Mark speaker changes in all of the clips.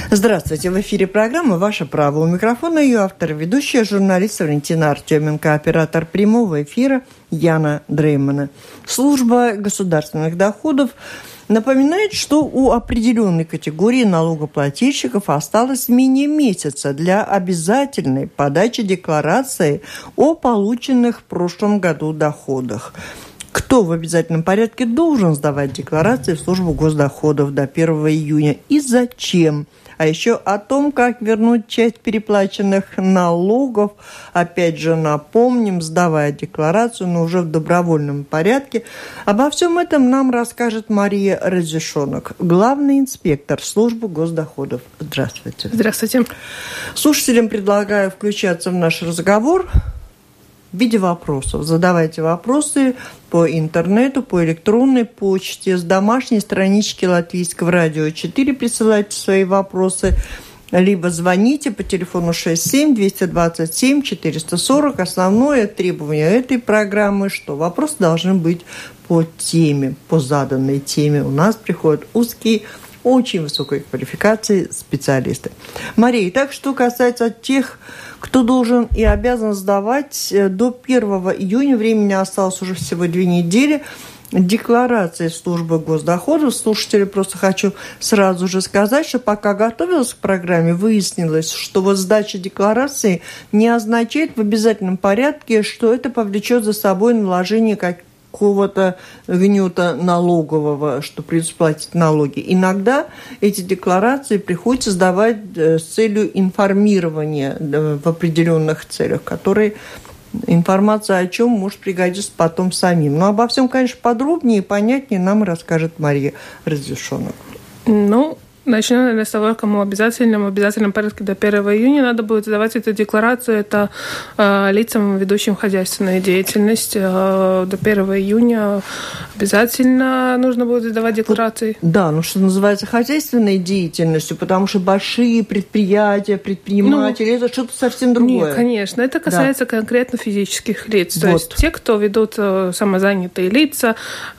Speaker 1: Здравствуйте, в эфире программа «Ваше право». У микрофона ее автор, ведущая, журналист Валентина Артеменко, оператор прямого эфира Яна Дреймана. Служба государственных доходов напоминает, что у определенной категории налогоплательщиков осталось менее месяца для обязательной подачи декларации о полученных в прошлом году доходах. Кто в обязательном порядке должен сдавать декларации в службу госдоходов до 1 июня и зачем? А еще о том, как вернуть часть переплаченных налогов. Опять же, напомним, сдавая декларацию, но уже в добровольном порядке. Обо всем этом нам расскажет Мария Разрешонок, главный инспектор службы госдоходов. Здравствуйте.
Speaker 2: Здравствуйте.
Speaker 1: Слушателям предлагаю включаться в наш разговор в виде вопросов. Задавайте вопросы по интернету, по электронной почте, с домашней странички Латвийского радио 4 присылайте свои вопросы, либо звоните по телефону 67-227-440. Основное требование этой программы, что вопросы должны быть по теме, по заданной теме. У нас приходят узкие, очень высокой квалификации специалисты. Мария, так что касается тех, кто должен и обязан сдавать до 1 июня, времени осталось уже всего 2 недели, декларации службы госдоходов. Слушатели, просто хочу сразу же сказать, что пока готовилась к программе, выяснилось, что вот сдача декларации не означает в обязательном порядке, что это повлечет за собой наложение какого-то гнета налогового, что придется платить налоги. Иногда эти декларации приходится сдавать с целью информирования в определенных целях, которые информация о чем может пригодиться потом самим. Но обо всем, конечно, подробнее и понятнее нам расскажет Мария Разрешонок.
Speaker 2: Начнем, наверное, с того, кому в обязательном порядке до 1 июня надо будет сдавать эту декларацию. Это лицам, ведущим хозяйственную деятельность. До 1 июня обязательно нужно будет сдавать декларации.
Speaker 1: Да, что называется хозяйственной деятельностью, потому что большие предприятия, предприниматели, это что-то совсем другое.
Speaker 2: Нет, конечно. Это касается конкретно физических лиц. То есть те, кто ведут самозанятые лица,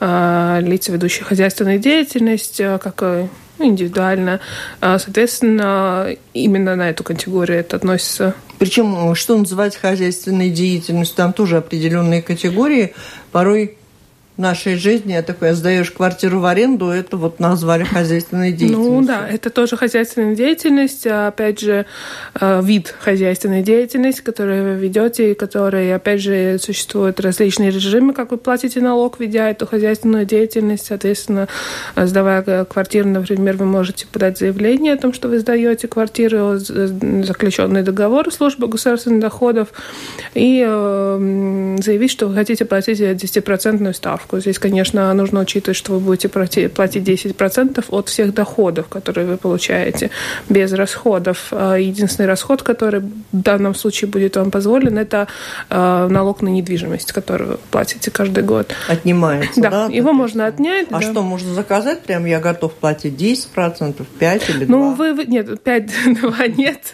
Speaker 2: лица, ведущие хозяйственную деятельность, как индивидуально. Соответственно, именно на эту категорию это относится.
Speaker 1: Причем, что называется хозяйственной деятельностью, там тоже определенные категории. Порой в нашей жизни, сдаешь квартиру в аренду, это назвали хозяйственной деятельностью.
Speaker 2: Да, это тоже хозяйственная деятельность, опять же, вид хозяйственной деятельности, которую вы ведете, и который, опять же, существуют различные режимы, как вы платите налог, ведя эту хозяйственную деятельность. Соответственно, сдавая квартиру, например, вы можете подать заявление о том, что вы сдаете квартиру, заключенный договор службы государственных доходов, и заявить, что вы хотите платить 10% ставку. Здесь, конечно, нужно учитывать, что вы будете платить 10% от всех доходов, которые вы получаете, без расходов. Единственный расход, который в данном случае будет вам позволен, это налог на недвижимость, который вы платите каждый год.
Speaker 1: Отнимается, да?
Speaker 2: Его можно отнять.
Speaker 1: А что, можно заказать? Прям я готов платить 10%, 5% или 2%?
Speaker 2: Нет, 5-2 нет.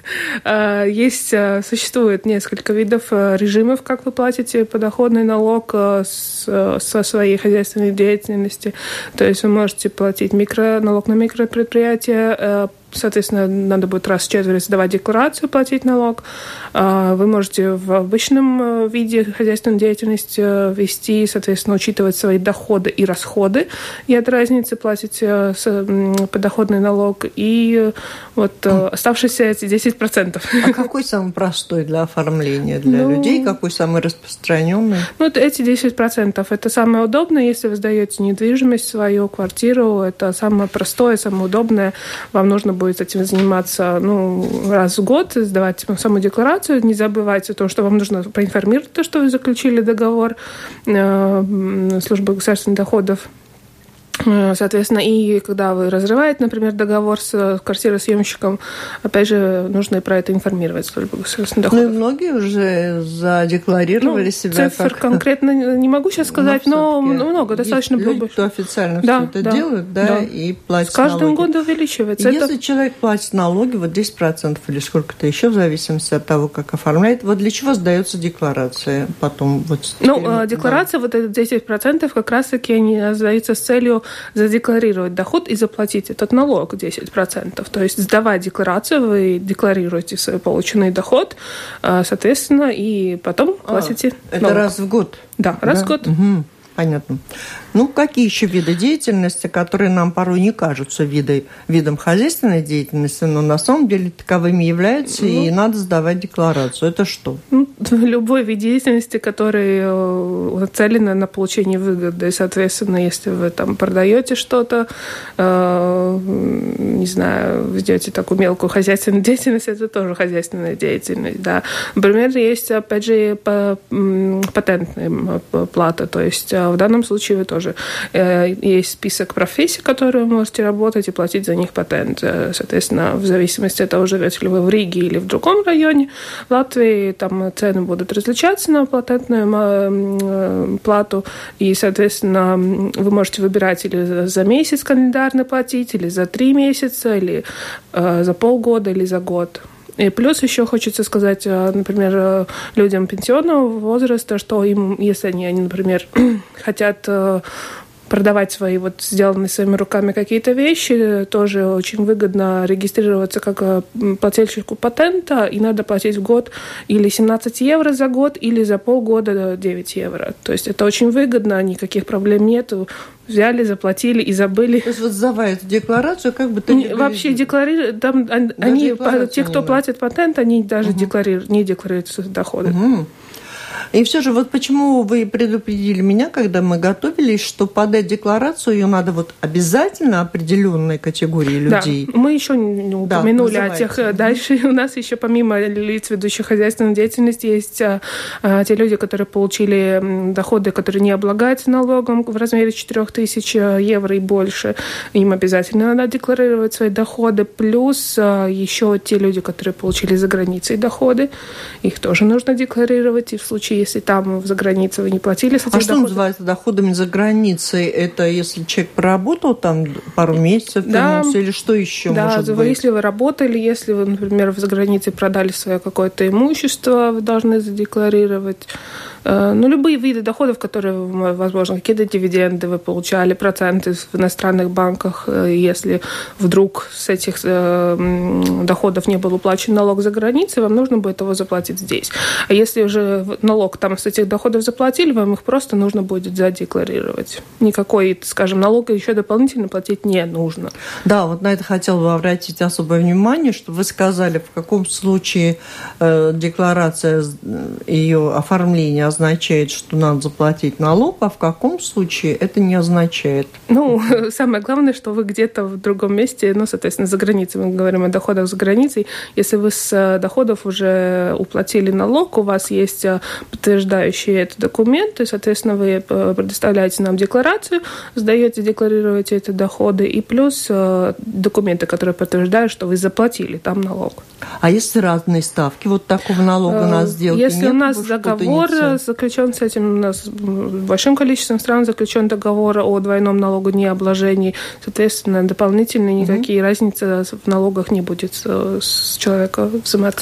Speaker 2: Существует несколько видов режимов, как вы платите подоходный налог со своей хозяйственной деятельности. То есть вы можете платить налог на микропредприятия, соответственно, надо будет раз в четверть сдавать декларацию, платить налог. Вы можете в обычном виде хозяйственной деятельности вести, соответственно, учитывать свои доходы и расходы, и от разницы платить подоходный налог, и оставшиеся эти 10%.
Speaker 1: А какой самый простой для оформления для людей? Какой самый распространенный?
Speaker 2: Эти 10%. Это самое удобное, если вы сдаете недвижимость, свою квартиру. Это самое простое, самое удобное. Вам нужно будет этим заниматься раз в год, сдавать саму декларацию, не забывайте о том, что вам нужно проинформировать то, что вы заключили договор службы государственных доходов. Соответственно, и когда вы разрываете, например, договор с квартиросъемщиком, опять же, нужно и про это информировать службу государственных доходов.
Speaker 1: И многие уже задекларировали себя.
Speaker 2: Цифр конкретно не могу сейчас сказать, но много, достаточно
Speaker 1: люди, кто официально все это делают, и платят налоги.
Speaker 2: С каждым годом увеличивается.
Speaker 1: Если человек платит налоги, 10% или сколько-то еще, в зависимости от того, как оформляет, для чего сдается декларация потом?
Speaker 2: Декларация, это 10% как раз-таки они сдаются с целью задекларировать доход и заплатить этот налог 10%. То есть, сдавая декларацию, вы декларируете свой полученный доход, соответственно, и потом платите налог.
Speaker 1: Это раз в год?
Speaker 2: Да, раз в год.
Speaker 1: Угу. Понятно. Ну, какие еще виды деятельности, которые нам порой не кажутся видом хозяйственной деятельности, но на самом деле таковыми являются, и надо сдавать декларацию? Это что?
Speaker 2: Любой вид деятельности, который нацелен на получение выгоды. Соответственно, если вы там продаете что-то, не знаю, ведете такую мелкую хозяйственную деятельность, это тоже хозяйственная деятельность. Да. Например, есть, опять же, патентная плата, то есть в данном случае вы тоже есть список профессий, которые вы можете работать и платить за них патент. Соответственно, в зависимости от того, живете ли вы в Риге или в другом районе Латвии, там цены будут различаться на патентную плату, и, соответственно, вы можете выбирать или за месяц календарно платить, или за 3 месяца, или за полгода, или за год. И плюс еще хочется сказать, например, людям пенсионного возраста, что им, если они, например, хотят продавать свои вот сделанные своими руками какие-то вещи, тоже очень выгодно регистрироваться как плательщику патента, и надо платить в год или 17 евро за год, или за полгода 9 евро. То есть это очень выгодно, никаких проблем нету. Взяли, заплатили и забыли.
Speaker 1: То есть вот сдавая эту декларацию, как бы ты не
Speaker 2: вообще декларируют, там они, те, кто платит патент, они даже не декларируют свои доходы.
Speaker 1: И все же, вот почему вы предупредили меня, когда мы готовились, что подать декларацию ее надо вот обязательно определенной категории людей?
Speaker 2: Да, мы еще не упомянули о тех. Дальше у нас еще помимо лиц, ведущих хозяйственную деятельность, есть те люди, которые получили доходы, которые не облагаются налогом в размере 4000 евро и больше. Им обязательно надо декларировать свои доходы. Плюс еще те люди, которые получили за границей доходы, их тоже нужно декларировать. И в случае, если там за границей вы не платили с этих доходов.
Speaker 1: Что называется доходами за границей? Это если человек проработал там пару месяцев, или что еще может быть?
Speaker 2: Если вы работали, если вы, например, за границей продали свое какое-то имущество, вы должны задекларировать. Любые виды доходов, которые, возможно, какие-то дивиденды вы получали, проценты в иностранных банках, если вдруг с этих доходов не был уплачен налог за границей, вам нужно будет его заплатить здесь. А если уже налог там с этих доходов заплатили, вам их просто нужно будет задекларировать. Никакой, скажем, налог еще дополнительно платить не нужно.
Speaker 1: Да, вот на это хотела бы обратить особое внимание, что вы сказали, в каком случае декларация, ее оформление означает, что надо заплатить налог, а в каком случае это не означает?
Speaker 2: Самое главное, что вы где-то в другом месте, соответственно, за границей, мы говорим о доходах за границей, если вы с доходов уже уплатили налог, у вас есть подтверждающий этот документ, и, соответственно, вы предоставляете нам декларацию, декларируете эти доходы, и плюс документы, которые подтверждают, что вы заплатили там налог.
Speaker 1: А если разные ставки вот такого налога на сделки?
Speaker 2: Если у нас договор заключен с этим, у нас большим количеством стран заключен договор о двойном налогонеобложении, соответственно, дополнительно никакие разницы в налогах не будет с человека взиматься.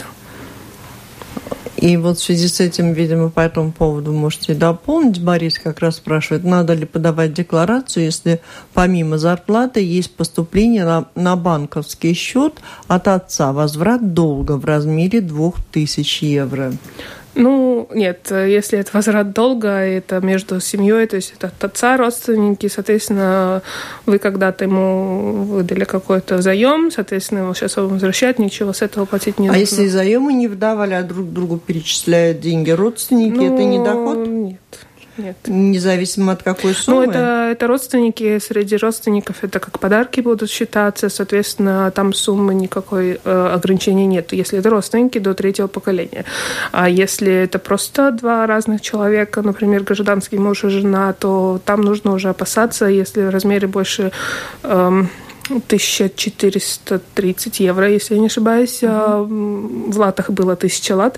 Speaker 1: И вот в связи с этим, видимо, по этому поводу можете дополнить. Борис как раз спрашивает, надо ли подавать декларацию, если помимо зарплаты есть поступление на банковский счет от отца, возврат долга в размере 2000 евро.
Speaker 2: Нет, если это возврат долга, это между семьей, то есть это от отца родственники, соответственно, вы когда-то ему выдали какой-то заем, соответственно, его сейчас вам возвращают, ничего с этого платить не нужно.
Speaker 1: А если заемы не вдавали, а друг другу перечисляют деньги родственники, это не доход?
Speaker 2: Нет.
Speaker 1: Независимо от какой суммы?
Speaker 2: Это родственники, среди родственников это как подарки будут считаться, соответственно, там суммы никакой ограничения нет, если это родственники до 3-го поколения. А если это просто 2 разных человека, например, гражданский муж и жена, то там нужно уже опасаться, если в размере больше 1430 евро, если я не ошибаюсь, в латах было 1000 лат,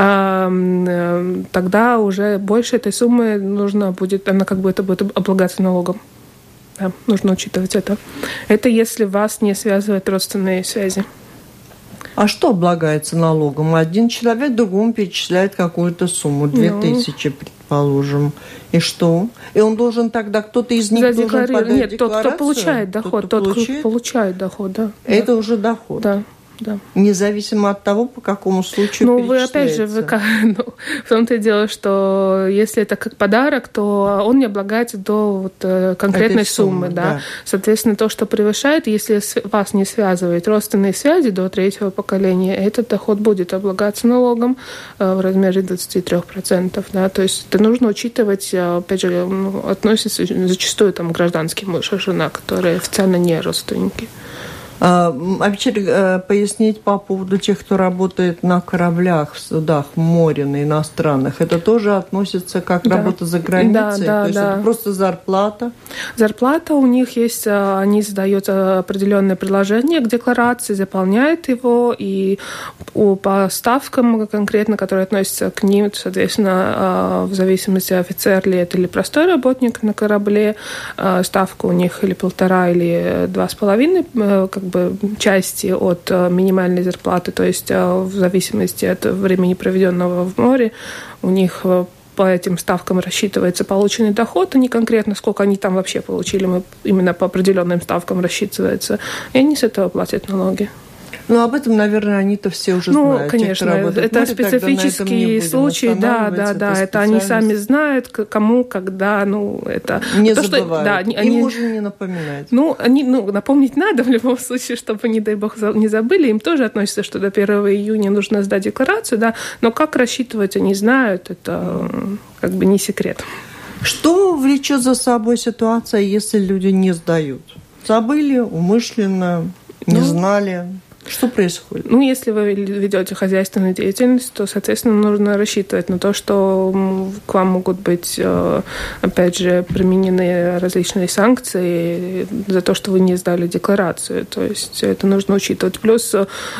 Speaker 2: тогда уже больше этой суммы нужно будет, это будет облагаться налогом. Да, нужно учитывать это. Это если вас не связывают родственные связи.
Speaker 1: А что облагается налогом? Один человек другому перечисляет какую-то сумму, 2000, предположим. И что? И он должен тогда, кто-то из них должен подать декларацию?
Speaker 2: Нет, тот, кто получает доход. Кто получает доход, да.
Speaker 1: Это уже доход?
Speaker 2: Да. Да.
Speaker 1: Независимо от того, по какому случаю перечисляется.
Speaker 2: Вы опять же, в том-то и дело, что если это как подарок, то он не облагается до конкретной суммы. Да. Соответственно, то, что превышает, если вас не связывает родственные связи до 3-го поколения, этот доход будет облагаться налогом в размере 23%. Да. То есть это нужно учитывать, опять же, относится зачастую там, гражданский муж и жена, которые официально не родственники.
Speaker 1: А теперь пояснить по поводу тех, кто работает на кораблях, в судах, в море, на иностранных. Это тоже относится как работа за границей? То есть это просто зарплата?
Speaker 2: Зарплата у них есть, они задают определенное приложение к декларации, заполняют его, и по ставкам конкретно, которые относятся к ним, соответственно, в зависимости, офицер ли это или простой работник на корабле, ставка у них или 1,5, или 2,5, как бы части от минимальной зарплаты, то есть в зависимости от времени, проведенного в море, у них по этим ставкам рассчитывается полученный доход, а не конкретно, сколько они там вообще получили, именно по определенным ставкам рассчитывается, и они с этого платят налоги.
Speaker 1: Ну, об этом, наверное, они-то все уже знают.
Speaker 2: Конечно, это специфический случай, да, это они сами знают, кому, когда, это...
Speaker 1: Не забывают, им уже не напоминать.
Speaker 2: Напомнить надо в любом случае, чтобы, не дай бог, не забыли, им тоже относится, что до 1 июня нужно сдать декларацию, да, но как рассчитывать, они знают, это как бы не секрет.
Speaker 1: Что влечет за собой ситуация, если люди не сдают? Забыли, умышленно, не знали... Что происходит?
Speaker 2: Если вы ведете хозяйственную деятельность, то, соответственно, нужно рассчитывать на то, что к вам могут быть, опять же, применены различные санкции за то, что вы не сдали декларацию. То есть это нужно учитывать. Плюс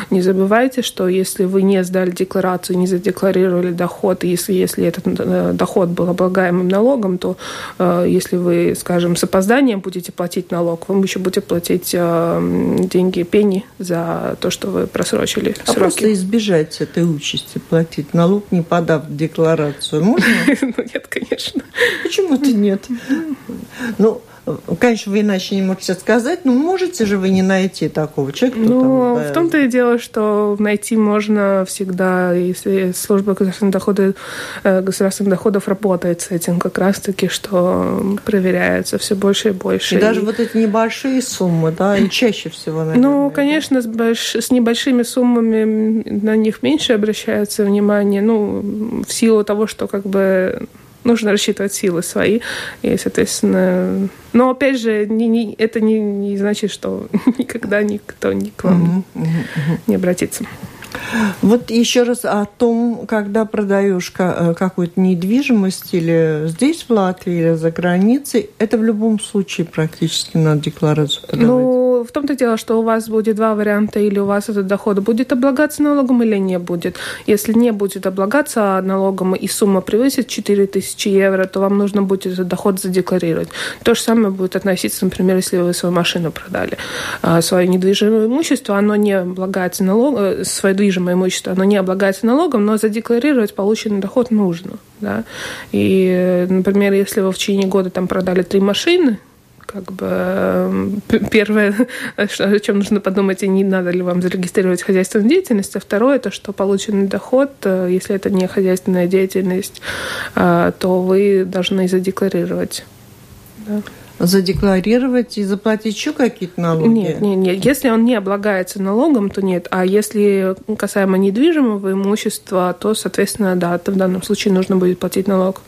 Speaker 2: не забывайте, что если вы не сдали декларацию, не задекларировали доход, и если этот доход был облагаемым налогом, то если вы, скажем, с опозданием будете платить налог, вы еще будете платить деньги, пени за то, что вы просрочили сроки.
Speaker 1: Просто избежать этой участи, платить налог, не подав декларацию, можно?
Speaker 2: Нет, конечно.
Speaker 1: Почему-то нет. Конечно, вы иначе не можете сказать, но можете же вы не найти такого человека, кто там...
Speaker 2: В том-то и дело, что найти можно всегда, если служба государственных доходов работает с этим как раз-таки, что проверяется все больше и больше.
Speaker 1: И даже вот эти небольшие суммы, да, и чаще всего, наверное.
Speaker 2: Конечно, с небольшими суммами на них меньше обращается внимание, в силу того, что как бы... Нужно рассчитывать силы свои, и, соответственно... Но, опять же, это не значит, что никогда никто к вам не обратится.
Speaker 1: Вот еще раз о том, когда продаешь какую-то недвижимость или здесь, в Латвии, или за границей, это в любом случае практически надо декларацию подавать.
Speaker 2: В том-то дело, что у вас будет два варианта, или у вас этот доход будет облагаться налогом, или не будет. Если не будет облагаться налогом и сумма превысит 4000 евро, то вам нужно будет этот доход задекларировать. То же самое будет относиться, например, если вы свою машину продали. Свое недвижимое имущество, оно не облагается налогом, свое движимое имущество, оно не облагается налогом, но задекларировать полученный доход нужно. Да? И, например, если вы в течение года продали 3 машины, как бы первое, о чем нужно подумать, и не надо ли вам зарегистрировать хозяйственную деятельность, а второе, это что полученный доход, если это не хозяйственная деятельность, то вы должны задекларировать. Да.
Speaker 1: Задекларировать и заплатить еще какие-то налоги?
Speaker 2: Нет. Если он не облагается налогом, то нет. А если касаемо недвижимого имущества, то, соответственно, да, то в данном случае нужно будет платить налог.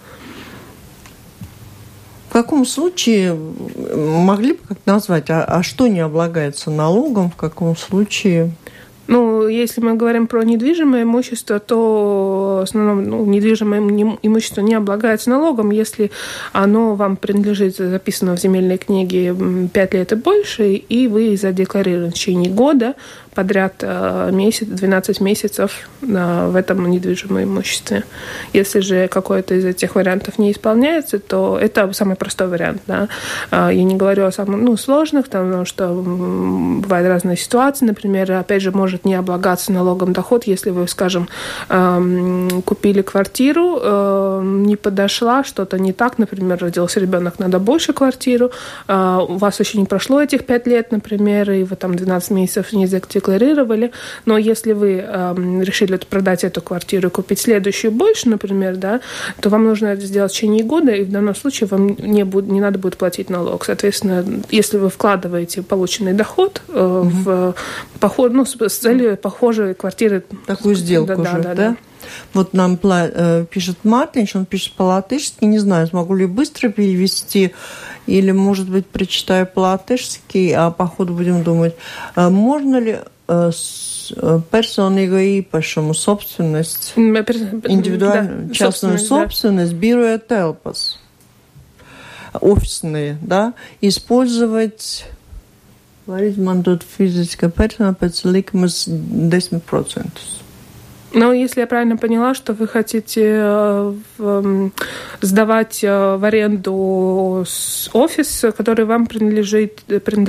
Speaker 1: В каком случае, могли бы как назвать, а что не облагается налогом, в каком случае?
Speaker 2: Если мы говорим про недвижимое имущество, то в основном недвижимое имущество не облагается налогом, если оно вам принадлежит, записано в земельной книге 5 лет и больше, и вы задекларированы в течение года подряд 12 месяцев в этом недвижимом имуществе. Если же какой-то из этих вариантов не исполняется, то это самый простой вариант. Да? Я не говорю о самых сложных, потому что бывают разные ситуации. Например, опять же, может может не облагаться налогом доход, если вы, скажем, купили квартиру, не подошла, что-то не так, например, родился ребенок, надо больше квартиру, у вас еще не прошло этих 5 лет, например, и вы там 12 месяцев не задекларировали, но если вы решили продать эту квартиру и купить следующую больше, например, да, то вам нужно это сделать в течение года, и в данном случае вам не надо будет платить налог. Соответственно, если вы вкладываете полученный доход в поход, с целью похожей квартиры.
Speaker 1: Такую сделку да? Вот нам пишет Мартинч, он пишет по-латышски, не знаю, смогу ли быстро перевести, или, может быть, прочитаю по-латышски, а по ходу будем думать, можно ли personīgo īpašumu собственность, индивидуальную, частную собственность, бируя телпас, офисные, да, использовать, man тут физическая персона pēc likumas 10%.
Speaker 2: Ну, если я правильно поняла, что вы хотите сдавать в аренду офис, который вам принадлежит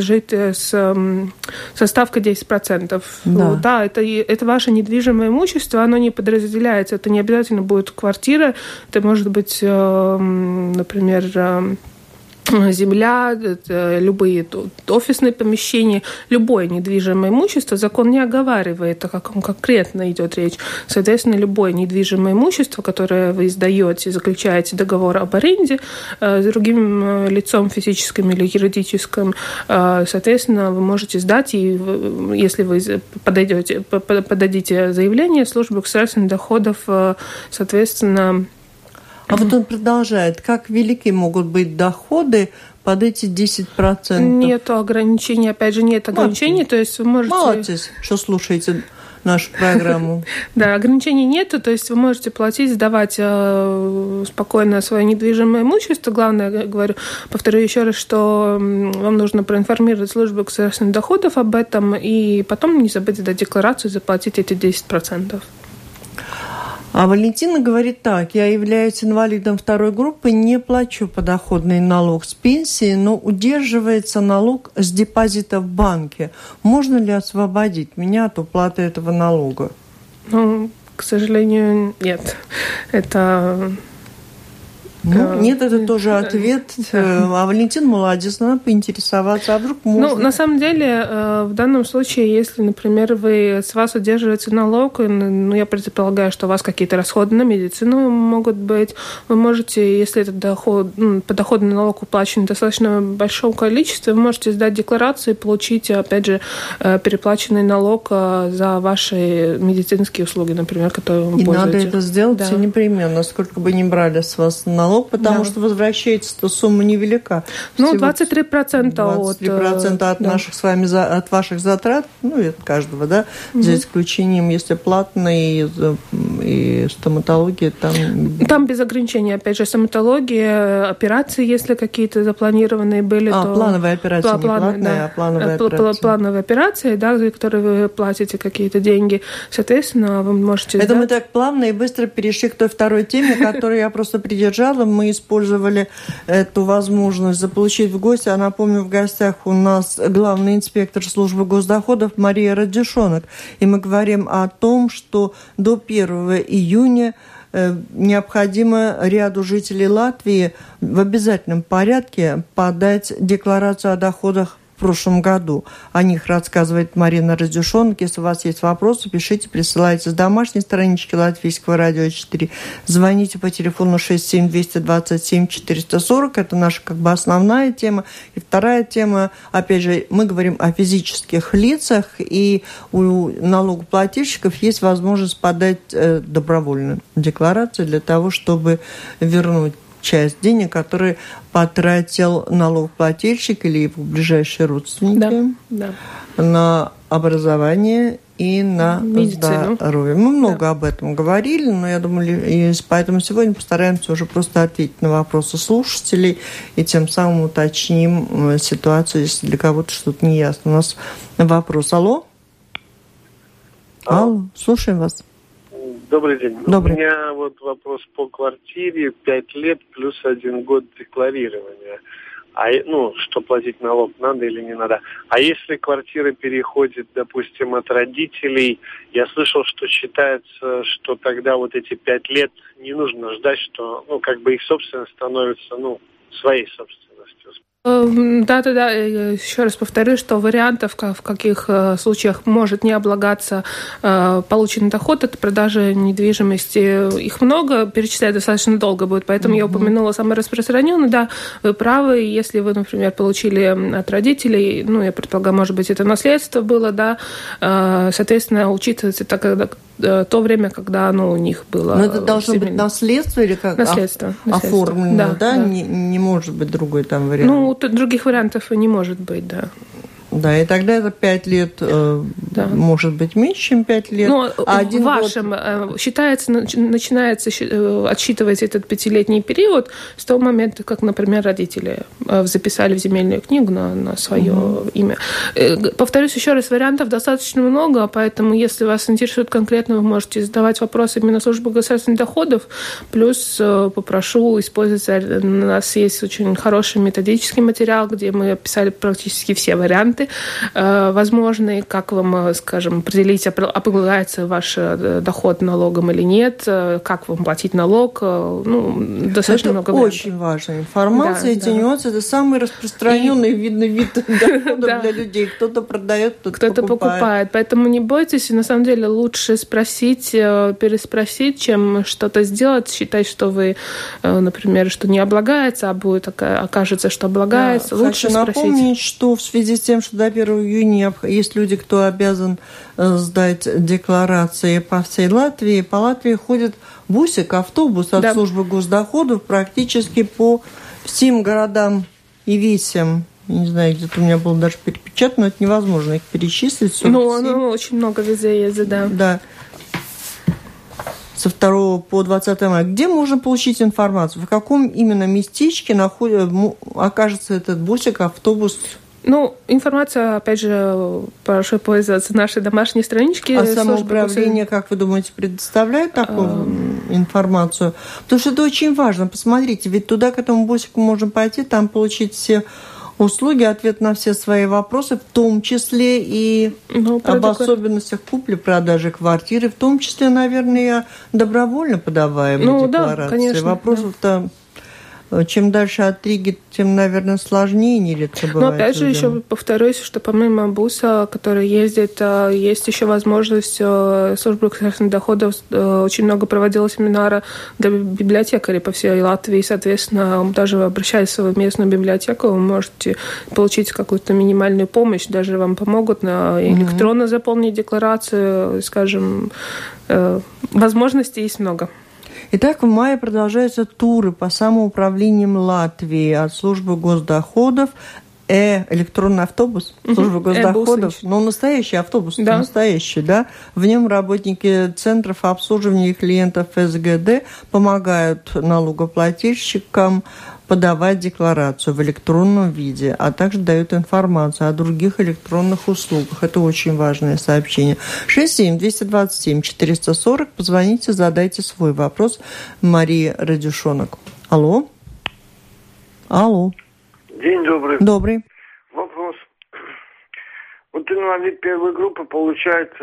Speaker 2: со ставкой 10%. Да, это ваше недвижимое имущество, оно не подразделяется. Это не обязательно будет квартира, это может быть, например, земля, любые офисные помещения, любое недвижимое имущество, закон не оговаривает, о каком конкретно идет речь. Соответственно, любое недвижимое имущество, которое вы издаете, заключаете договор об аренде с другим лицом, физическим или юридическим, соответственно, вы можете сдать, и если вы подадите заявление в службу государственных доходов, соответственно.
Speaker 1: А вот он продолжает. Как велики могут быть доходы под эти 10%?
Speaker 2: Нет ограничений. Опять же, нет ограничений. То есть вы можете...
Speaker 1: Молодец, что слушаете нашу программу.
Speaker 2: Да, ограничений нету. То есть вы можете платить, сдавать спокойно свое недвижимое имущество. Главное, повторю еще раз, что вам нужно проинформировать службу государственных доходов об этом, и потом не забыть сдать декларацию и заплатить эти 10%.
Speaker 1: А Валентина говорит так: я являюсь инвалидом второй группы, не плачу подоходный налог с пенсии, но удерживается налог с депозита в банке. Можно ли освободить меня от уплаты этого налога?
Speaker 2: Ну, к сожалению, нет. Это...
Speaker 1: нет, это тоже ответ. А Валентин молодец, надо поинтересоваться, а вдруг можно?
Speaker 2: Ну, на самом деле, в данном случае, если, например, с вас удерживается налог, я предполагаю, что у вас какие-то расходы на медицину могут быть, вы можете, если этот подоходный налог уплачен в достаточно большом количестве, вы можете сдать декларацию и получить, опять же, переплаченный налог за ваши медицинские услуги, например, которые вы пользуетесь.
Speaker 1: И надо это сделать непременно, сколько бы ни брали с вас налог, потому что возвращается-то сумма невелика.
Speaker 2: 23%
Speaker 1: от наших с вами, от ваших затрат, и от каждого, да, за исключением, если платные и стоматология, там
Speaker 2: без ограничений, опять же, стоматология, операции, если какие-то запланированные были, то...
Speaker 1: плановые операции, не платные, а плановые операции.
Speaker 2: Плановые операции, да, за которые вы платите какие-то деньги, соответственно, вы можете...
Speaker 1: Это мы так плавно и быстро перешли к той второй теме, которую я просто придержала. Мы использовали эту возможность заполучить в гости. А напомню, в гостях у нас главный инспектор службы госдоходов Мария Радзюшонок. И мы говорим о том, что до 1 июня необходимо ряду жителей Латвии в обязательном порядке подать декларацию о доходах в прошлом году. О них рассказывает Марина Радзюшонок. Если у вас есть вопросы, пишите, присылайте с домашней странички Латвийского радио 4. Звоните по телефону 67-227-440. Это наша основная тема. И вторая тема, опять же, мы говорим о физических лицах, и у налогоплательщиков есть возможность подать добровольную декларацию для того, чтобы вернуть часть денег, которые потратил налогоплательщик или его ближайшие родственники на образование и на медицину. Здоровье. Мы много об этом говорили, но я думаю, и поэтому сегодня постараемся уже просто ответить на вопросы слушателей и тем самым уточним ситуацию, если для кого-то что-то не ясно. У нас вопрос. Алло, слушаем вас.
Speaker 3: Добрый день.
Speaker 1: Добрый.
Speaker 3: У меня вопрос по квартире, 5 лет плюс 1 год декларирования. что платить налог надо или не надо. А если квартира переходит, допустим, от родителей, я слышал, что считается, что тогда вот эти 5 лет не нужно ждать, что, их собственность становится, своей собственностью.
Speaker 2: Да, еще раз повторю, что вариантов, в каких случаях может не облагаться полученный доход от продажи недвижимости, их много, перечислять достаточно долго будет, поэтому я упомянула самое распространенное. Да, вы правы, если вы, например, получили от родителей, я предполагаю, может быть, это наследство было, да, соответственно, учитывается то время, когда оно у них было.
Speaker 1: Но это должно быть наследство или как?
Speaker 2: Наследство.
Speaker 1: Оформлено, да? Не может быть другой там вариант.
Speaker 2: Других вариантов не может быть, да.
Speaker 1: Да, и тогда это 5 лет, может быть, меньше, чем 5 лет.
Speaker 2: В вашем начинается отсчитывать этот 5-летний период с того момента, как, например, родители записали в земельную книгу на свое имя. Повторюсь еще раз, вариантов достаточно много, поэтому, если вас интересует конкретно, вы можете задавать вопросы именно службы государственных доходов. Плюс попрошу использовать, у нас есть очень хороший методический материал, где мы описали практически все варианты возможные, как вам, скажем, определить, облагается ваш доход налогом или нет, как вам платить налог, достаточно много вариантов.
Speaker 1: Это очень важная информация, эти нюансы, это самый распространенный вид дохода для людей. Кто-то продает, кто-то покупает.
Speaker 2: Поэтому не бойтесь, на самом деле лучше спросить, переспросить, чем что-то сделать, считать, что вы, например, что не облагается, а будет окажется, что облагается. Лучше
Speaker 1: хочу напомнить, что в связи с тем, что до 1 июня есть люди, кто обязан сдать декларации по всей Латвии. По Латвии ходит бусик, автобус от службы госдоходов практически по всем городам и весям. Я не знаю, где-то у меня было даже перепечатано, это невозможно их перечислить.
Speaker 2: Очень много везде ездит, да.
Speaker 1: Да. Со 2 по 20 мая. Где можно получить информацию? В каком именно местечке окажется этот бусик, автобус?
Speaker 2: Информация, опять же, прошу пользоваться нашей домашней странички.
Speaker 1: А самоуправление, как вы думаете, предоставляет такую информацию? Потому что это очень важно. Посмотрите, ведь туда, к этому бусику можно пойти, там получить все услуги, ответ на все свои вопросы, в том числе и об особенностях купли-продажи квартиры, в том числе, наверное, добровольно подаваемые декларации.
Speaker 2: Конечно,
Speaker 1: вопросов-то чем дальше от Риги, тем, наверное, сложнее нередко бывает.
Speaker 2: Но опять же, еще повторюсь, что помимо буса, который ездит, есть еще возможность службы государственных доходов очень много проводила семинара для библиотекарей по всей Латвии. И, соответственно, даже обращаясь в свою местную библиотеку, вы можете получить какую-то минимальную помощь, даже вам помогут электронно заполнить декларацию, скажем, возможностей есть много.
Speaker 1: Итак, в мае продолжаются туры по самоуправлениям Латвии от службы госдоходов. Электронный автобус службы госдоходов. Настоящий автобус, настоящий, да. В нем работники центров обслуживания клиентов СГД помогают налогоплательщикам подавать декларацию в электронном виде, а также дают информацию о других электронных услугах. Это очень важное сообщение. 67-227-440. Позвоните, задайте свой вопрос. Мария Радюшонок. Алло.
Speaker 4: День добрый.
Speaker 1: Добрый.
Speaker 4: Вопрос. Вот инвалид первой группы получает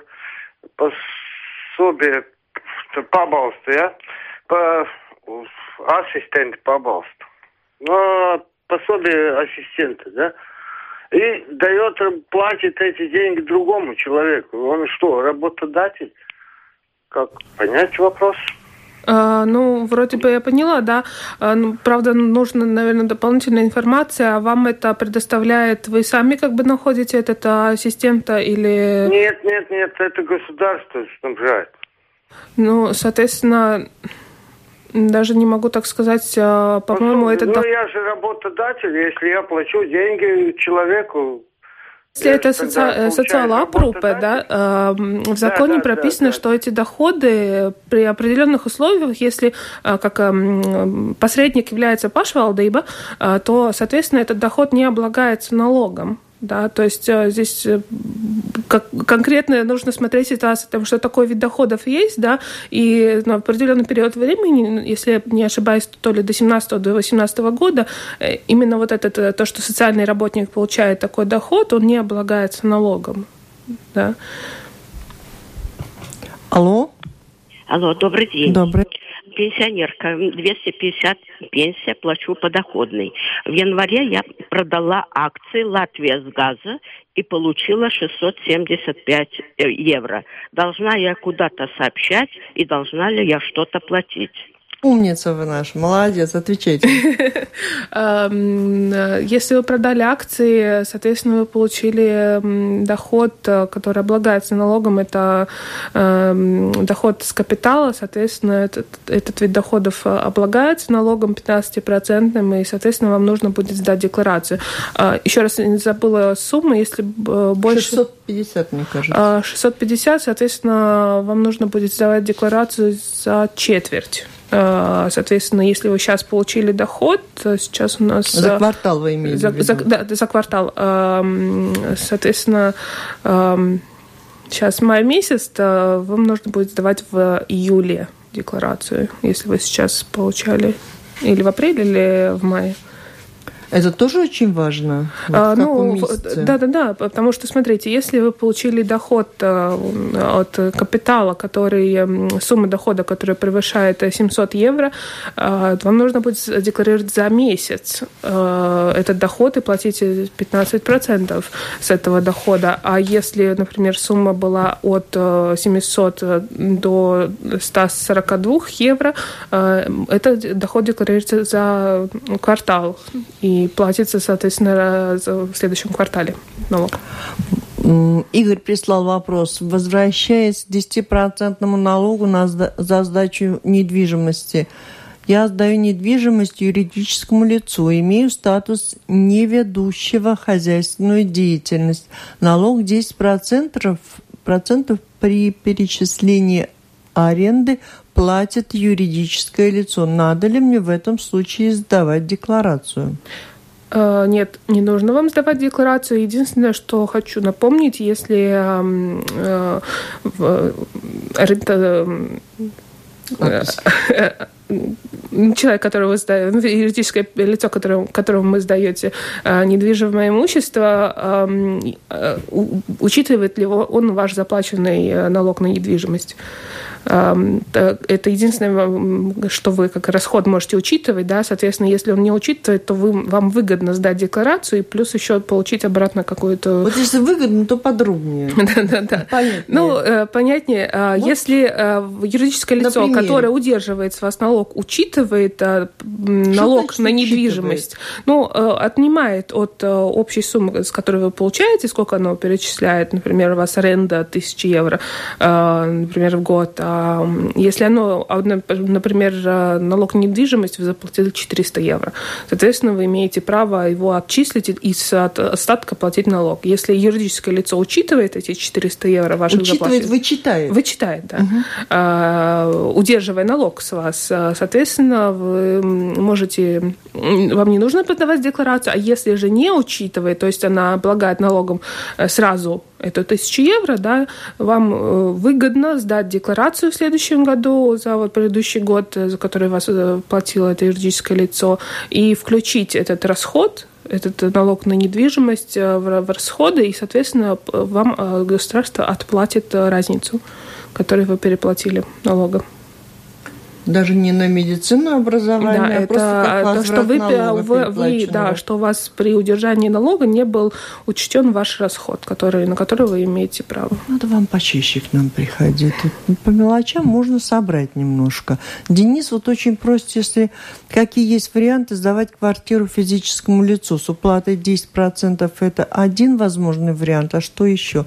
Speaker 4: пособие pabalstu, по ассистент pabalstu. Пособие ассистента, да? И платит эти деньги другому человеку. Он что, работодатель? Как понять вопрос?
Speaker 2: Вроде бы я поняла, да. Правда, нужна, наверное, дополнительная информация. А вам это предоставляет, вы сами находите этот ассистента или...
Speaker 4: Нет, это государство снабжает.
Speaker 2: Соответственно, даже не могу так сказать, по-моему, это...
Speaker 4: я же работодатель, если я плачу деньги человеку...
Speaker 2: Если это социальная группа, да, в законе прописано, что эти доходы при определенных условиях, если как посредник является пашвалдība, то, соответственно, этот доход не облагается налогом. Да, то есть здесь конкретно нужно смотреть ситуацию, потому что такой вид доходов есть, да, и на определенный период времени, если я не ошибаюсь, то ли до 17 до 18 года, именно вот это, то, что социальный работник получает такой доход, он не облагается налогом. Да.
Speaker 1: Алло,
Speaker 5: добрый день.
Speaker 1: Добрый.
Speaker 5: Пенсионерка, 250 пенсия, плачу подоходный. В январе я продала акции «Латвия с газа» и получила 675 евро. Должна я куда-то сообщать и должна ли я что-то платить?
Speaker 1: Умница вы наша, молодец, отвечайте.
Speaker 2: Если вы продали акции, соответственно, вы получили доход, который облагается налогом, это доход с капитала, соответственно, этот вид доходов облагается налогом 15%, и, соответственно, вам нужно будет сдать декларацию. Еще раз, не забыла сумму, если больше...
Speaker 1: 650, мне кажется.
Speaker 2: 650, соответственно, вам нужно будет сдавать декларацию за четверть. Соответственно, если вы сейчас получили доход, сейчас у нас...
Speaker 1: За квартал вы имеете в виду?
Speaker 2: Да, за квартал. Соответственно, сейчас май месяц, вам нужно будет сдавать в июле декларацию, если вы сейчас получали или в апреле, или в мае.
Speaker 1: Это тоже очень важно? Вот
Speaker 2: да, потому что, смотрите, если вы получили доход от капитала, сумма дохода, которая превышает 700 евро, вам нужно будет декларировать за месяц этот доход и платить 15% с этого дохода. А если, например, сумма была от 700 до 142 евро, этот доход декларируется за квартал и платится, соответственно, в следующем квартале налог.
Speaker 1: Игорь прислал вопрос. Возвращаясь к 10% налогу за сдачу недвижимости, я сдаю недвижимость юридическому лицу, имею статус неведущего хозяйственную деятельность. Налог 10% при перечислении аренды платит юридическое лицо. Надо ли мне в этом случае сдавать декларацию?
Speaker 2: Нет, не нужно вам сдавать декларацию. Единственное, что хочу напомнить, если человек, которого вы сдаете, юридическое лицо, которому вы сдаете недвижимое имущество, учитывает ли он ваш заплаченный налог на недвижимость. Это единственное, что вы как расход можете учитывать, да, соответственно, если он не учитывает, то вам выгодно сдать декларацию и плюс еще получить обратно какую-то...
Speaker 1: Вот если выгодно, то подробнее.
Speaker 2: Да. Понятнее. Если юридическое лицо, которое удерживает с вас налог, учитывает налог на недвижимость, отнимает от общей суммы, с которой вы получаете, сколько оно перечисляет, например, у вас аренда 1000 евро, например, в год, если оно, например, налог на недвижимость вы заплатили 400 евро, соответственно, вы имеете право его отчислить и с остатка платить налог. Если юридическое лицо учитывает эти 400 евро ваших заплат... Вычитает, да. Удерживая налог с вас, соответственно, вы можете... Вам не нужно подавать декларацию, а если же не учитывает, то есть она облагает налогом сразу это 1000 евро, да, вам выгодно сдать декларацию в следующем году за предыдущий год, за который вас платило это юридическое лицо, и включить этот расход, этот налог на недвижимость в расходы, и, соответственно, вам государство отплатит разницу, которую вы переплатили налогом.
Speaker 1: Даже не на медицину образование,
Speaker 2: да, просто как возврат налога, что у вас при удержании налога не был учтен ваш расход, на который вы имеете право.
Speaker 1: Надо вам почаще к нам приходить. По мелочам можно собрать немножко. Денис очень просит, если какие есть варианты сдавать квартиру физическому лицу с уплатой 10%. Это один возможный вариант, а что еще?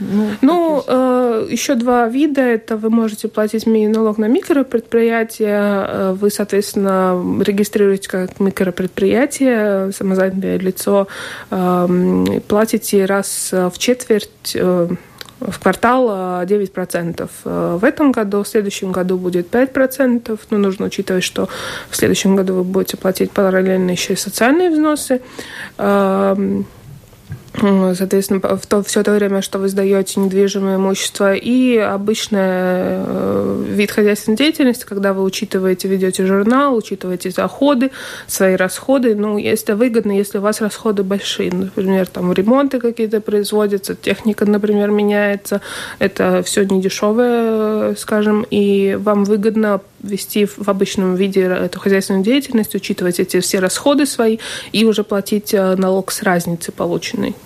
Speaker 2: Еще два вида. Это вы можете платить налог на микропредприятие. Вы, соответственно, регистрируете как микропредприятие, самозанятое лицо, платите раз в четверть в квартал 9%. В этом году, в следующем году будет 5%. Но нужно учитывать, что в следующем году вы будете платить параллельно еще и социальные взносы. соответственно, все то время, что вы сдаете недвижимое имущество, и обычный вид хозяйственной деятельности, когда вы ведете журнал, учитываете доходы, свои расходы. Ну, если выгодно, если у вас расходы большие, например, там ремонты какие-то производятся, техника, например, меняется, это все не дешевое, скажем, и вам выгодно вести в обычном виде эту хозяйственную деятельность, учитывать эти все расходы свои и уже платить налог с разницы полученной.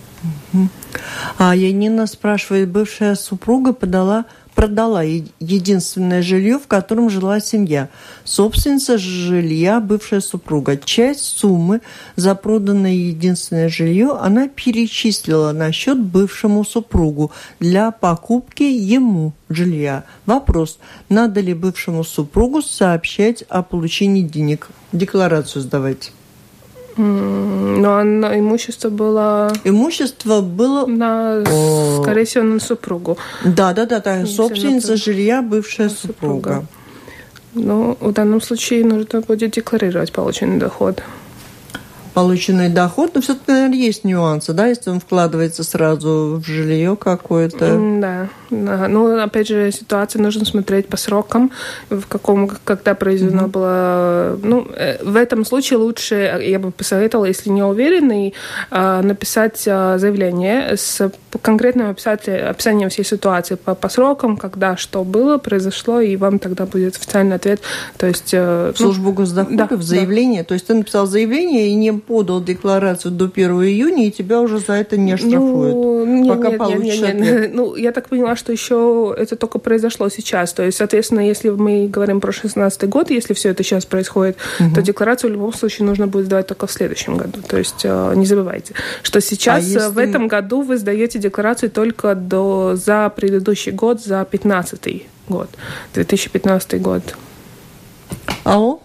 Speaker 1: А Янина спрашивает, бывшая супруга продала единственное жилье, в котором жила семья. Собственница жилья бывшая супруга. Часть суммы за проданное единственное жилье она перечислила на счет бывшему супругу для покупки ему жилья. Вопрос, надо ли бывшему супругу сообщать о получении денег? Декларацию сдавать.
Speaker 2: Но имущество было... скорее всего, на супругу.
Speaker 1: Да. Собственница жилья бывшая супруга.
Speaker 2: Ну, в данном случае нужно будет декларировать полученный доход.
Speaker 1: Полученный доход, но все-таки, наверное, есть нюансы, да, если он вкладывается сразу в жилье какое-то.
Speaker 2: Да. Ну, опять же, ситуацию нужно смотреть по срокам, когда произведено было. Ну, в этом случае лучше, я бы посоветовала, если не уверенный, написать заявление с конкретным описанием всей ситуации по срокам, когда что было, произошло, и вам тогда будет официальный ответ. То есть,
Speaker 1: в службу госдоходов заявление. Да. То есть ты написал заявление и не подал декларацию до 1 июня, и тебя уже за это не штрафуют.
Speaker 2: Нет. Ну, я так поняла, что еще это только произошло сейчас. То есть, соответственно, если мы говорим про 2016 год, если все это сейчас происходит, то декларацию в любом случае нужно будет сдавать только в следующем году. То есть не забывайте, что сейчас в этом году вы сдаете декларацию только за предыдущий год, за 2015 год, 2015 год.
Speaker 1: Алло.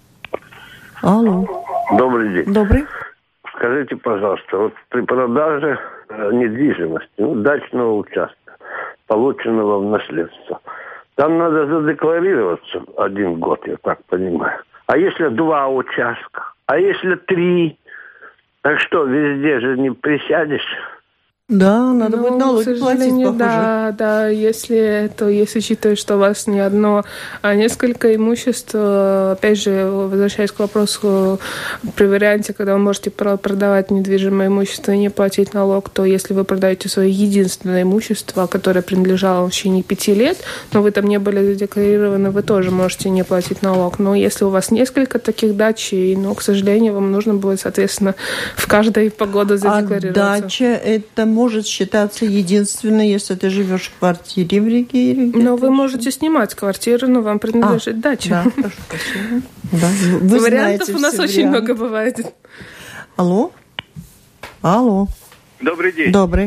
Speaker 6: Добрый день.
Speaker 1: Добрый.
Speaker 6: Скажите, пожалуйста, вот при продаже недвижимости, дачного участка, полученного в наследство, там надо задекларироваться 1 год, я так понимаю. А если 2 участка? А если 3? Так что, везде же не присядешь?
Speaker 1: Да, надо будет налоги платить, похоже.
Speaker 2: Да, если учитывать, что у вас не одно, а несколько имуществ, опять же, возвращаясь к вопросу, при варианте, когда вы можете продавать недвижимое имущество и не платить налог, то если вы продаете свое единственное имущество, которое принадлежало в течение 5 лет, но вы там не были задекларированы, вы тоже можете не платить налог. Но если у вас несколько таких дач, к сожалению, вам нужно будет, соответственно, в каждой погоду задекларироваться.
Speaker 1: А дача это может считаться единственной, если ты живешь в квартире в Риге или где-то.
Speaker 2: Но вы можете снимать квартиру, но вам принадлежит дача.
Speaker 1: Да, хорошо, спасибо. Да, вы
Speaker 2: вариантов у нас очень много бывает.
Speaker 1: Алло.
Speaker 7: Добрый день.
Speaker 1: Добрый.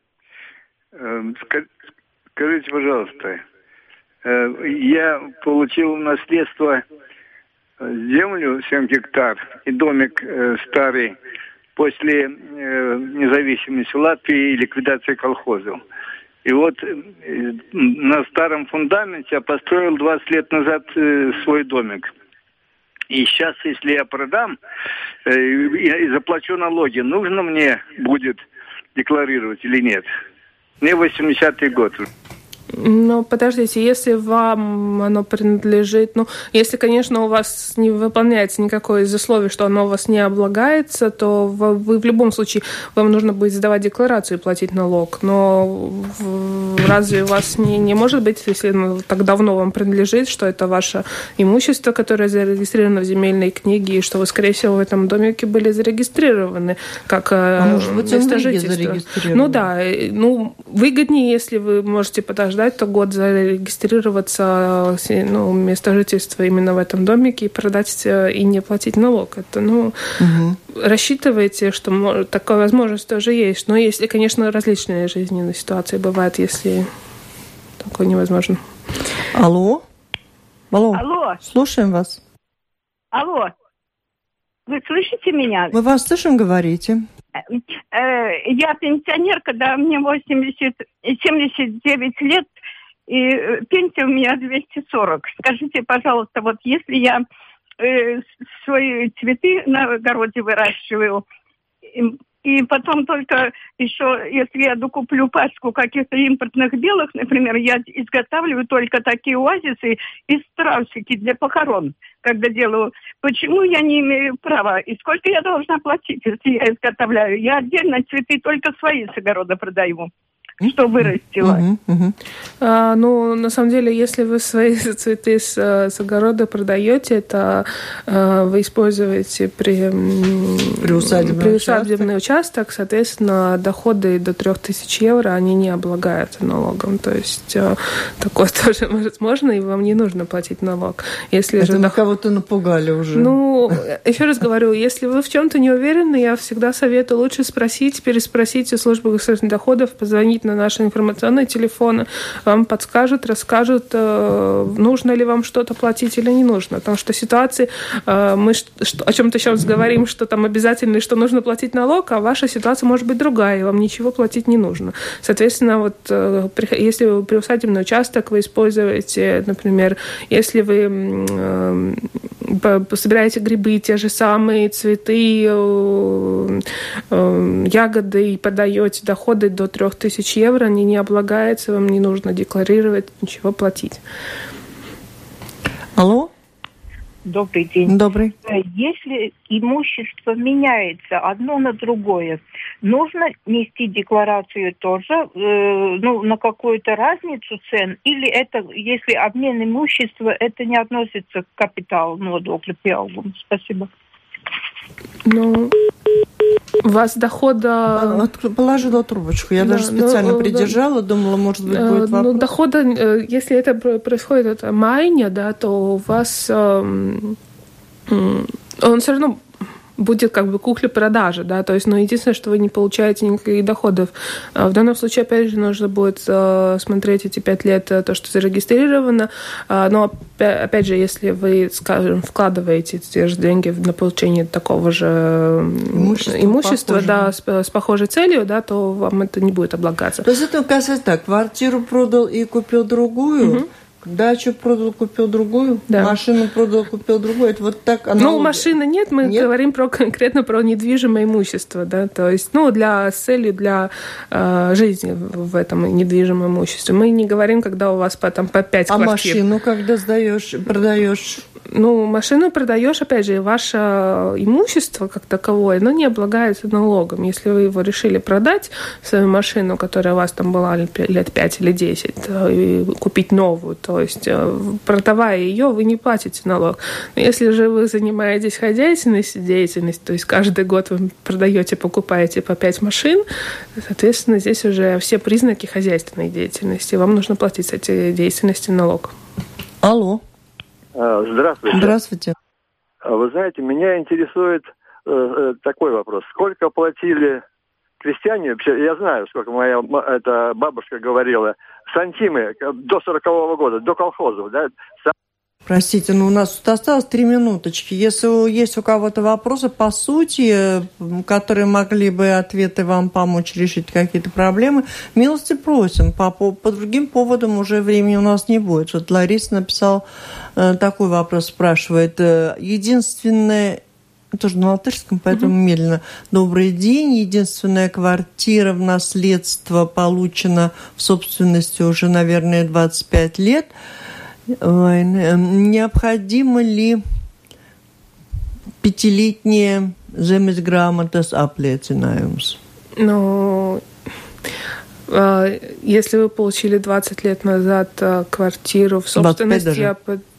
Speaker 7: Скажите, пожалуйста, я получил в наследство землю 7 гектар и домик старый после независимости Латвии и ликвидации колхозов. И вот на старом фундаменте я построил 20 лет назад свой домик. И сейчас, если я продам и заплачу налоги, нужно мне будет декларировать или нет? Мне 80-й год.
Speaker 2: Ну, подождите, если вам оно принадлежит, если, конечно, у вас не выполняется никакое из условий, что оно у вас не облагается, то вы в любом случае, вам нужно будет сдавать декларацию и платить налог. Но разве у вас не может быть, если так давно вам принадлежит, что это ваше имущество, которое зарегистрировано в земельной книге, и что вы, скорее всего, в этом домике были зарегистрированы как
Speaker 1: может быть,
Speaker 2: место жительства? Ну да, выгоднее, если вы можете подождать, то год зарегистрироваться, место жительства именно в этом домике и продать и не платить налог. Это, рассчитывайте, что такая возможность тоже есть. Но если, конечно, различные жизненные ситуации бывают, если такое невозможно.
Speaker 1: Алло. Слушаем вас.
Speaker 8: Алло. Вы слышите меня?
Speaker 1: Мы вас слышим, говорите.
Speaker 8: Я пенсионерка, да, мне 79 лет, и пенсия у меня 240. Скажите, пожалуйста, вот если я свои цветы на огороде выращиваю, И потом только еще, если я докуплю пачку каких-то импортных белых, например, я изготавливаю только такие оазисы и страусики для похорон, когда делаю. Почему я не имею права? И сколько я должна платить, если я изготовляю? Я отдельно цветы только свои с огорода продаю. Что вырастила.
Speaker 2: Ну, на самом деле, если вы свои цветы с огорода продаете, это вы используете приусадебный участок, соответственно, доходы до 3000 евро, они не облагаются налогом. То есть такое тоже возможно, и вам не нужно платить налог. Если
Speaker 1: это же кого-то напугали уже.
Speaker 2: Ну, еще раз говорю, если вы в чем-то не уверены, я всегда советую лучше спросить, переспросить у службы государственных доходов, позвонить на наши информационные телефоны, вам подскажут, расскажут, нужно ли вам что-то платить или не нужно. Потому что ситуации, мы о чем-то сейчас говорим, что там обязательно, что нужно платить налог, а ваша ситуация может быть другая, и вам ничего платить не нужно. Соответственно, вот если вы приусадебный участок, вы используете, например, если вы собираете грибы, те же самые цветы, ягоды и подаете доходы до 3000 евро, они не облагаются, вам не нужно декларировать, ничего платить.
Speaker 1: Алло?
Speaker 9: Добрый день.
Speaker 1: Добрый.
Speaker 9: Если имущество меняется одно на другое, нужно нести декларацию тоже на какую-то разницу цен? Или это, если обмен имущества, это не относится к капиталу нодокļu pieauguma? Спасибо.
Speaker 2: Ну, у вас дохода...
Speaker 1: Положила трубочку. Я даже специально придержала, думала, может быть, будет вопрос.
Speaker 2: Ну, дохода, если это происходит от майня, да, то у вас он все равно будет как бы купля-продажа, да, то есть, но единственное, что вы не получаете никаких доходов. В данном случае, опять же, нужно будет смотреть эти 5 лет то, что зарегистрировано, но, опять же, если вы, скажем, вкладываете те же деньги на получение такого же имущества да, с похожей целью, да, то вам это не будет облагаться.
Speaker 1: То есть это касается так, квартиру продал и купил другую, дачу продал, купил другую, машину продал, купил другую. Это вот так аналогия.
Speaker 2: Ну, машины нет, мы говорим конкретно про недвижимое имущество, да, то есть, с целью для жизни в этом недвижимом имуществе. Мы не говорим, когда у вас по 5 квартир.
Speaker 1: А машину когда продаешь?
Speaker 2: Ну, машину продаешь, опять же, ваше имущество как таковое, оно не облагается налогом. Если вы его решили продать, свою машину, которая у вас там была лет 5 или 10, и купить новую, то есть, продавая ее, вы не платите налог. Но если же вы занимаетесь хозяйственной деятельностью, то есть каждый год вы продаете, покупаете по 5 машин, соответственно, здесь уже все признаки хозяйственной деятельности. Вам нужно платить с этой деятельности налог.
Speaker 1: Алло.
Speaker 10: Здравствуйте.
Speaker 1: Здравствуйте.
Speaker 10: Вы знаете, меня интересует такой вопрос. Сколько платили крестьяне? Вообще, я знаю, сколько моя бабушка говорила. Сантимы до 40-го года, до колхозов, да?
Speaker 1: Простите, но у нас тут осталось 3 минуточки. Если есть у кого-то вопросы по сути, которые могли бы ответы вам помочь решить какие-то проблемы, милости просим. По другим поводам уже времени у нас не будет. Вот Лариса написала такой вопрос, спрашивает. Единственное... Тоже на латышском, поэтому медленно. Добрый день. Единственная квартира в наследство получена в собственности уже, наверное, 25 лет. Необходимо ли 5-летнее zemesgrāmatas apliecinājums?
Speaker 2: Ну, если вы получили 20 лет назад квартиру в собственности,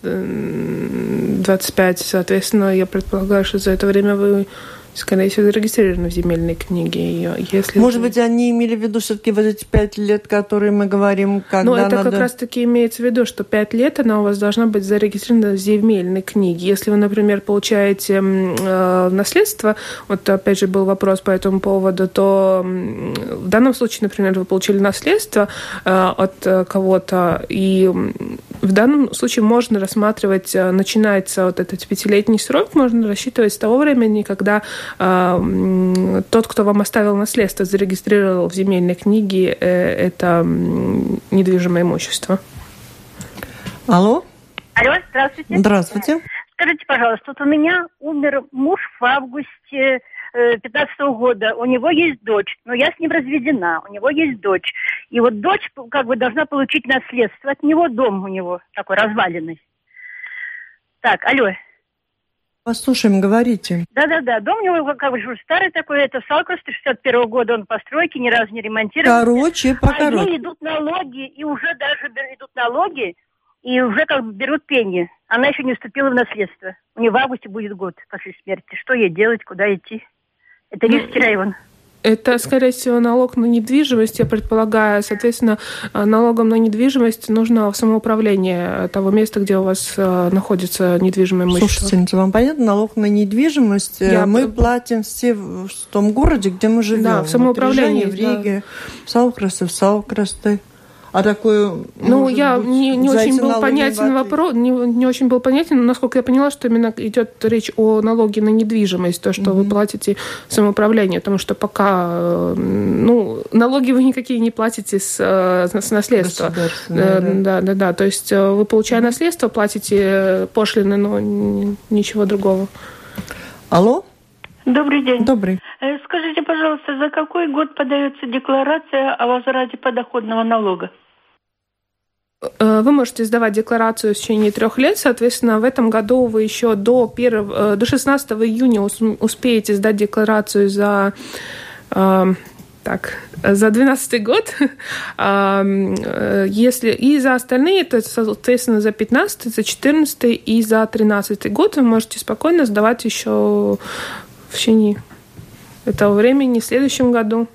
Speaker 2: 25, соответственно, я предполагаю, что за это время вы, скорее всего, зарегистрированы в земельной книге.
Speaker 1: Может быть, они имели в виду все-таки вот эти 5 лет, которые мы говорим, когда
Speaker 2: это
Speaker 1: надо...
Speaker 2: как раз-таки имеется в виду, что 5 лет она у вас должна быть зарегистрирована в земельной книге. Если вы, например, получаете наследство, вот опять же был вопрос по этому поводу, то в данном случае, например, вы получили наследство от кого-то, и в данном случае можно рассматривать, начинается вот этот 5-летний срок, можно рассчитывать с того времени, когда тот, кто вам оставил наследство, зарегистрировал в земельной книге это недвижимое имущество.
Speaker 1: Алло?
Speaker 11: Алло, здравствуйте.
Speaker 1: Здравствуйте.
Speaker 11: Скажите, пожалуйста, вот у меня умер муж в августе 2015 года. У него есть дочь, но я с ним разведена. У него есть дочь. И вот дочь как бы должна получить наследство. От него дом у него такой разваленный. Так, алло.
Speaker 1: Послушаем, говорите.
Speaker 11: Да-да-да, дом у него как бы старый такой, это Салкост, 61 года он постройки, ни разу не ремонтировал.
Speaker 1: Короче.
Speaker 11: А ей идут налоги, и уже даже идут налоги, и уже как бы берут пени. Она еще не вступила в наследство. У нее в августе будет год после смерти. Что ей делать, куда идти? Это Рижский район.
Speaker 2: Это, скорее всего, налог на недвижимость, я предполагаю. Соответственно, налогом на недвижимость нужно самоуправление того места, где у вас находится недвижимое имущество.
Speaker 1: Слушайте, вам понятно, налог на недвижимость мы платим все в том городе, где мы живем.
Speaker 2: Да, в самоуправлении.
Speaker 1: В Риге, в Салкрасте. А такое...
Speaker 2: я не очень был понятен вопрос, не очень был понятен, но насколько я поняла, что именно идет речь о налоге на недвижимость, то, что вы платите самоуправлению, потому что пока, налоги вы никакие не платите с наследства. Да. То есть вы, получая наследство, платите пошлины, но ничего другого.
Speaker 1: Алло?
Speaker 12: Добрый день.
Speaker 1: Добрый.
Speaker 12: Скажите, пожалуйста, за какой год подается декларация о возврате подоходного налога?
Speaker 2: Вы можете сдавать декларацию в течение 3 лет. Соответственно, в этом году вы еще до 16 июня успеете сдать декларацию за 2012 год. Если и за остальные, то, соответственно, за 15, за 14 и за 13 год вы можете спокойно сдавать еще в течение этого времени в следующем году.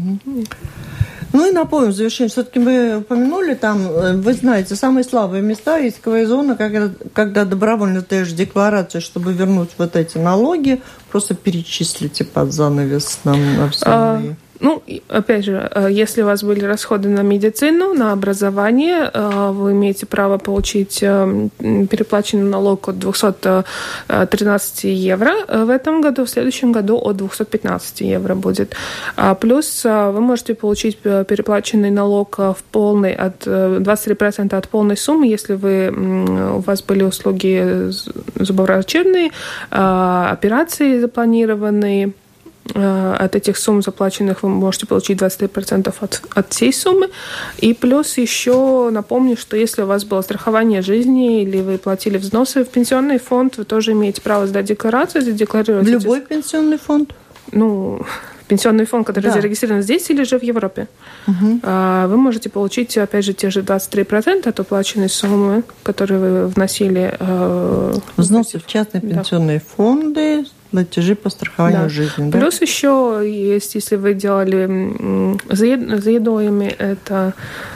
Speaker 1: И напомню, в завершение, все-таки мы упомянули, там, вы знаете, самые слабые места, рисковая зона, когда добровольно даешь декларацию, чтобы вернуть вот эти налоги, просто перечислите под занавес нам остальные.
Speaker 2: Опять же, если у вас были расходы на медицину, на образование, вы имеете право получить переплаченный налог от 213 евро в этом году, в следующем году от 215 евро будет. Плюс вы можете получить переплаченный налог в полный, от 23% от полной суммы, если у вас были услуги зубоврачебные, операции запланированные. От этих сумм заплаченных вы можете получить 23% от всей суммы. И плюс еще напомню, что если у вас было страхование жизни или вы платили взносы в пенсионный фонд, вы тоже имеете право сдать декларацию, задекларировать.
Speaker 1: В любой пенсионный фонд?
Speaker 2: Пенсионный фонд, который зарегистрирован здесь или же в Европе. Вы можете получить, опять же, те же 23% от уплаченной суммы, которые вы вносили.
Speaker 1: Взносы в частные пенсионные фонды, платежи по страхованию жизни.
Speaker 2: Плюс еще есть, если вы делали заедоями, это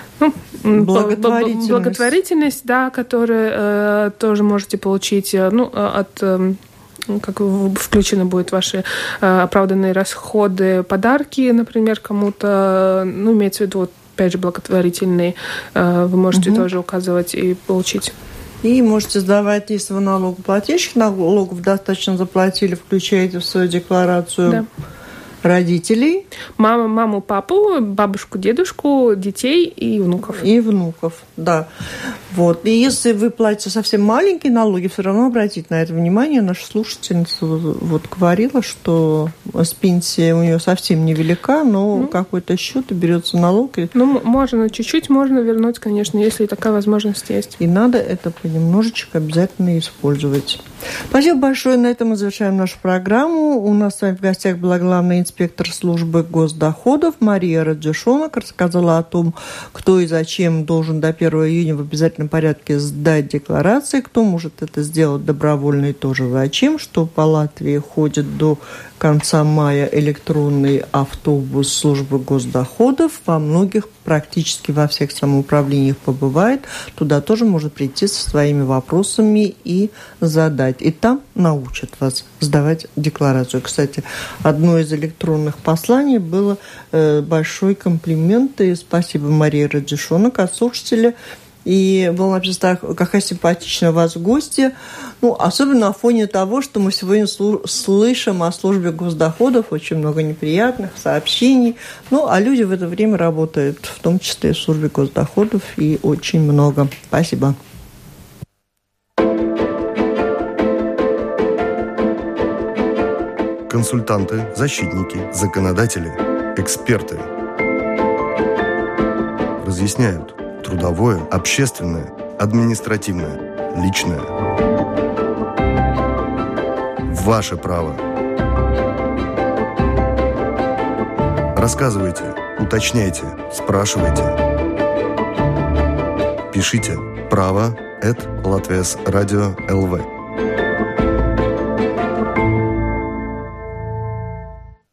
Speaker 2: благотворительность, которую тоже можете получить как включены будут ваши оправданные расходы, подарки, например, кому-то, имеется в виду, опять же, благотворительные, вы можете тоже указывать и получить.
Speaker 1: И можете сдавать, если вы налогоплательщик, налогов достаточно заплатили, включаете в свою декларацию родителей.
Speaker 2: Маму, папу, бабушку, дедушку, детей и внуков.
Speaker 1: Да. И если вы платите совсем маленькие налоги, все равно обратите на это внимание. Наша слушательница говорила, что с пенсии у нее совсем невелика, но какой-то счет и берется налог.
Speaker 2: Можно чуть-чуть, можно вернуть, конечно, если такая возможность есть.
Speaker 1: И надо это понемножечку обязательно использовать. Спасибо большое. На этом мы завершаем нашу программу. У нас с вами в гостях была главный инспектор службы госдоходов Мария Радзюшонок. Рассказала о том, кто и зачем должен до 1 июня в обязательном порядке сдать декларации, кто может это сделать добровольно и тоже зачем, что по Латвии ходит до конца мая электронный автобус службы госдоходов. Во многих, практически во всех самоуправлениях побывает. Туда тоже можно прийти со своими вопросами и задать. И там научат вас сдавать декларацию. Кстати, одно из электронных посланий было большой комплимент и спасибо Марии Радзюшонок от слушателя. И было написано, какая симпатичная у вас гостья. Особенно на фоне того, что мы сегодня слышим о службе госдоходов, очень много неприятных сообщений. А люди в это время работают, в том числе в службе госдоходов, и очень много. Спасибо.
Speaker 13: консультанты, защитники, законодатели, эксперты. Разъясняют трудовое, общественное, административное, личное. Ваше право. Рассказывайте, уточняйте, спрашивайте. Пишите право@latviasradio.lv.